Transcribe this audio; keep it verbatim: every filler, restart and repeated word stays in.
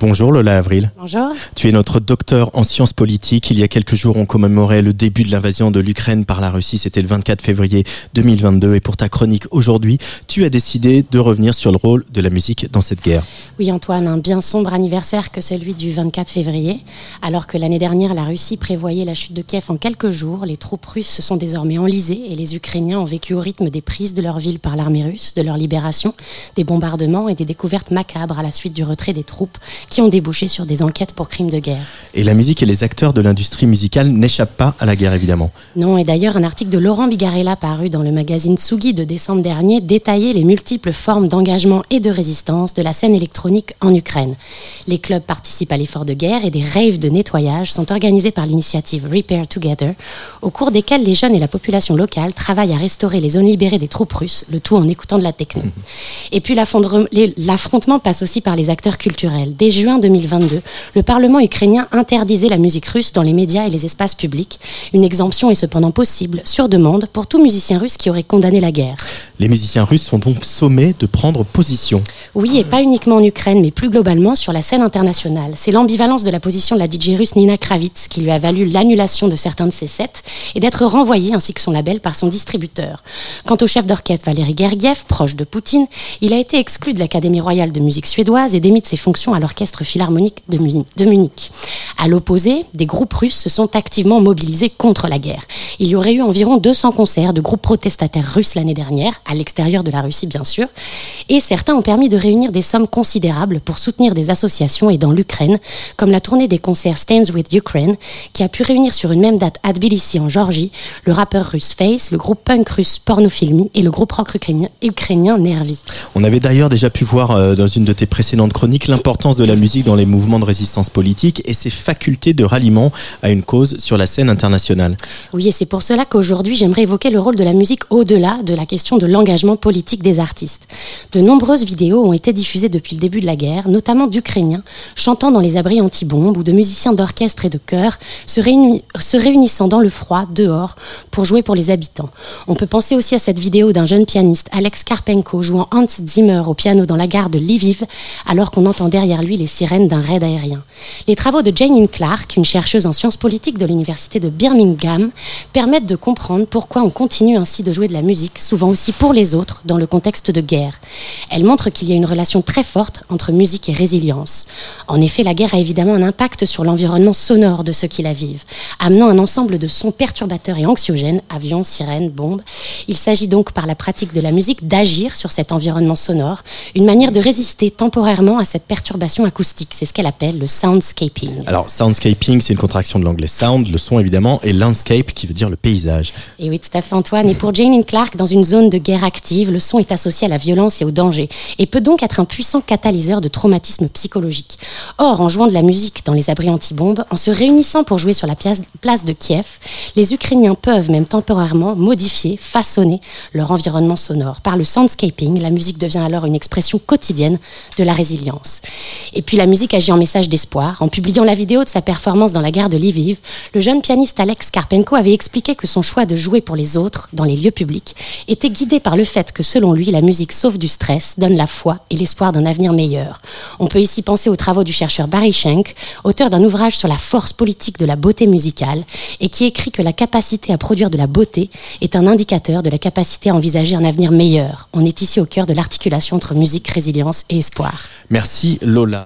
Bonjour Lola Avril. Bonjour. Tu es notre docteur en sciences politiques. Il y a quelques jours, on commémorait le début de l'invasion de l'Ukraine par la Russie. C'était le vingt-quatre février deux mille vingt-deux. Et pour ta chronique aujourd'hui, tu as décidé de revenir sur le rôle de la musique dans cette guerre. Oui Antoine, un bien sombre anniversaire que celui du vingt-quatre février. Alors que l'année dernière, la Russie prévoyait la chute de Kiev en quelques jours, les troupes russes se sont désormais enlisées et les Ukrainiens ont vécu au rythme des prises de leur ville par l'armée russe, de leur libération, des bombardements et des découvertes macabres à la suite du retrait des troupes qui ont débouché sur des enquêtes pour crimes de guerre. Et la musique et les acteurs de l'industrie musicale n'échappent pas à la guerre, évidemment. Non, et d'ailleurs, un article de Laurent Bigarella paru dans le magazine Tsugi de décembre dernier détaillait les multiples formes d'engagement et de résistance de la scène électronique en Ukraine. Les clubs participent à l'effort de guerre et des raves de nettoyage sont organisés par l'initiative Repair Together, au cours desquels les jeunes et la population locale travaillent à restaurer les zones libérées des troupes russes, le tout en écoutant de la techno. Et puis l'affrontement passe aussi par les acteurs culturels. Dès juin deux mille vingt-deux, le Parlement ukrainien interdisait la musique russe dans les médias et les espaces publics. Une exemption est cependant possible, sur demande, pour tout musicien russe qui aurait condamné la guerre. Les musiciens russes sont donc sommés de prendre position. Oui, et pas uniquement en Ukraine, mais plus globalement sur la scène internationale. C'est l'ambivalence de la position de la D J russe Nina Kravitz qui lui a valu l'annulation de certains de ses sets et d'être renvoyée, ainsi que son label, par son distributeur. Quant au chef d'orchestre Valéry Gergiev, proche de Poutine, il a été exclu de l'Académie royale de musique suédoise et démis de ses fonctions à l'orchestre philharmonique de Munich. À l'opposé, des groupes russes se sont activement mobilisés contre la guerre. Il y aurait eu environ deux cents concerts de groupes protestataires russes l'année dernière, à l'extérieur de la Russie bien sûr, et certains ont permis de réunir des sommes considérables pour soutenir des associations et dans l'Ukraine, comme la tournée des concerts Stands with Ukraine, qui a pu réunir sur une même date à Tbilissi en Géorgie, le rappeur russe Face, le groupe punk russe Pornofilmy et le groupe rock ukrainien, ukrainien Nervi. On avait d'ailleurs déjà pu voir euh, dans une de tes précédentes chroniques l'importance de la musique dans les mouvements de résistance politique et ses facultés de ralliement à une cause sur la scène internationale. Oui, et c'est pour cela qu'aujourd'hui j'aimerais évoquer le rôle de la musique au-delà de la question de l'engagement politique des artistes. De nombreuses vidéos ont été diffusées depuis le début de la guerre, notamment d'Ukrainiens chantant dans les abris anti-bombes ou de musiciens d'orchestre et de chœur se, réuni- se réunissant dans le froid, dehors, pour jouer pour les habitants. On peut penser aussi à cette vidéo d'un jeune pianiste, Alex Karpenko, jouant Hans Zimmer au piano dans la gare de Lviv, alors qu'on entend derrière lui les sirènes d'un raid aérien. Les travaux de Janine Clark, une chercheuse en sciences politiques de l'université de Birmingham, permettent de comprendre pourquoi on continue ainsi de jouer de la musique, souvent aussi pour les autres, dans le contexte de guerre. Elle montre qu'il y a une relation très forte entre musique et résilience. En effet, la guerre a évidemment un impact sur l'environnement sonore de ceux qui la vivent, amenant un ensemble de sons perturbateurs et anxiogènes, avions, sirènes, bombes. Il s'agit donc par la pratique de la musique d'agir sur cet environnement sonore, une manière de résister temporairement à cette perturbation acoustique. C'est ce qu'elle appelle le soundscaping. Alors, soundscaping, c'est une contraction de l'anglais sound, le son évidemment, et landscape qui veut dire le paysage. Et oui, tout à fait Antoine. Et pour Janine Clark, dans une zone de guerre active, le son est associé à la violence et au danger, et peut donc être un puissant catalyseur de traumatisme psychologique. Or, en jouant de la musique dans les abris anti-bombes, en se réunissant pour jouer sur la place, place de Kiev, les Ukrainiens peuvent même temporairement modifier, façonner leur environnement sonore. Par le soundscaping, la musique devient alors une expression quotidienne de la résilience. Et puis la musique agit en message d'espoir. En publiant la vidéo de sa performance dans la gare de Lviv, le jeune pianiste Alex Karpenko avait expliqué que son choix de jouer pour les autres, dans les lieux publics, était guidé par le fait que selon lui, la musique sauve du stress, donne la foi et l'espoir d'un avenir meilleur. On peut ici penser aux travaux du chercheur Barry Schenk, auteur d'un ouvrage sur la force politique de la beauté musicale, et qui écrit que la capacité à produire de la beauté est un indicateur de la capacité à envisager un avenir meilleur. On est ici au cœur de l'articulation entre musique, résilience et espoir. Merci Lola.